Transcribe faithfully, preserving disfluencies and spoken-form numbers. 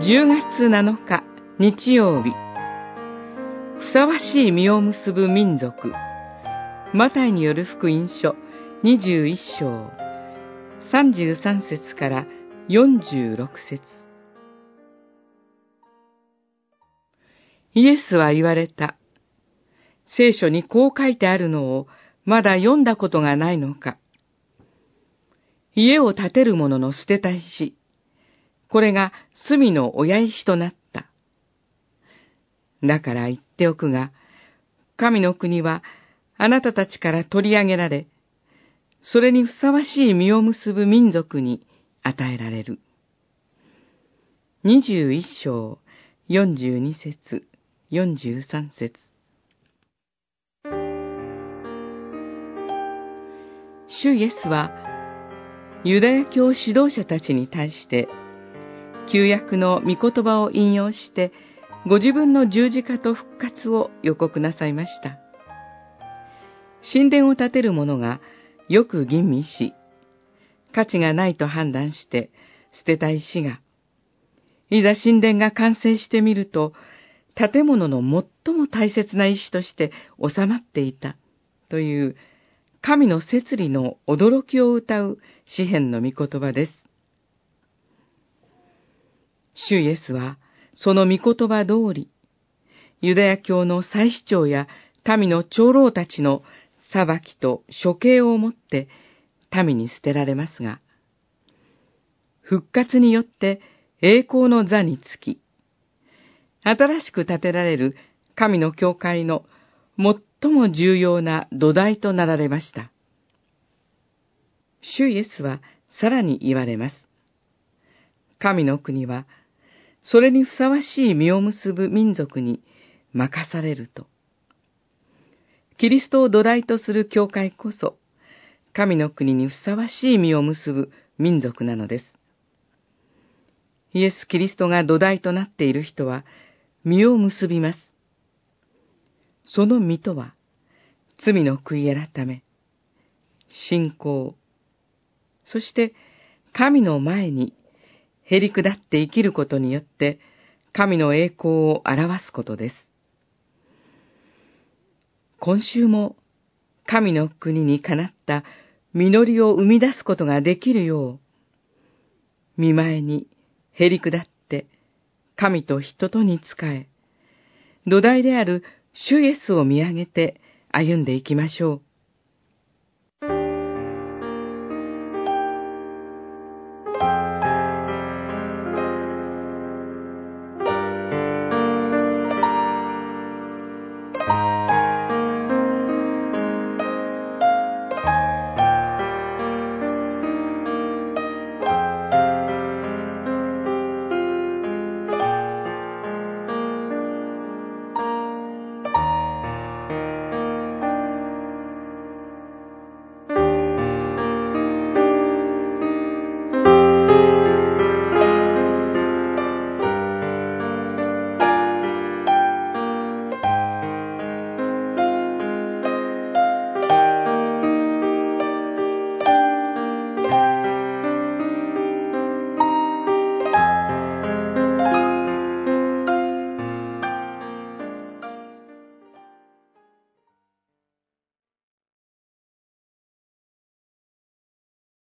じゅうがつなのか日曜日、ふさわしい実を結ぶ民族、マタイによる福音書にじゅういっしょうさんじゅうさんせつからよんじゅうろくせつ。イエスは言われた。聖書にこう書いてあるのをまだ読んだことがないのか。家を建てる者の捨てた石、これが隅の親石となった。だから言っておくが、神の国はあなたたちから取り上げられ、それにふさわしい実を結ぶ民族に与えられる。にじゅういっしょうよんじゅうにせつ、よんじゅうさんせつ。主イエスは、ユダヤ教指導者たちに対して、旧約の御言葉を引用して、ご自分の十字架と復活を予告なさいました。神殿を建てる者がよく吟味し、価値がないと判断して捨てた石が、いざ神殿が完成してみると、建物の最も大切な石として収まっていたという、神の摂理の驚きを歌う詩篇の御言葉です。主イエスは、その御言葉通り、ユダヤ教の祭司長や民の長老たちの裁きと処刑をもって民に捨てられますが、復活によって栄光の座につき、新しく建てられる神の教会の最も重要な土台となられました。主イエスはさらに言われます。神の国は、それにふさわしい実を結ぶ民族に任されると。キリストを土台とする教会こそ、神の国にふさわしい実を結ぶ民族なのです。イエス・キリストが土台となっている人は、実を結びます。その実とは、罪の悔い改め、信仰、そして神の前にへり下って生きることによって、神の栄光を表すことです。今週も、神の国にかなった実りを生み出すことができるよう、見前にへり下って、神と人とに仕え、土台である主イエスを見上げて歩んでいきましょう。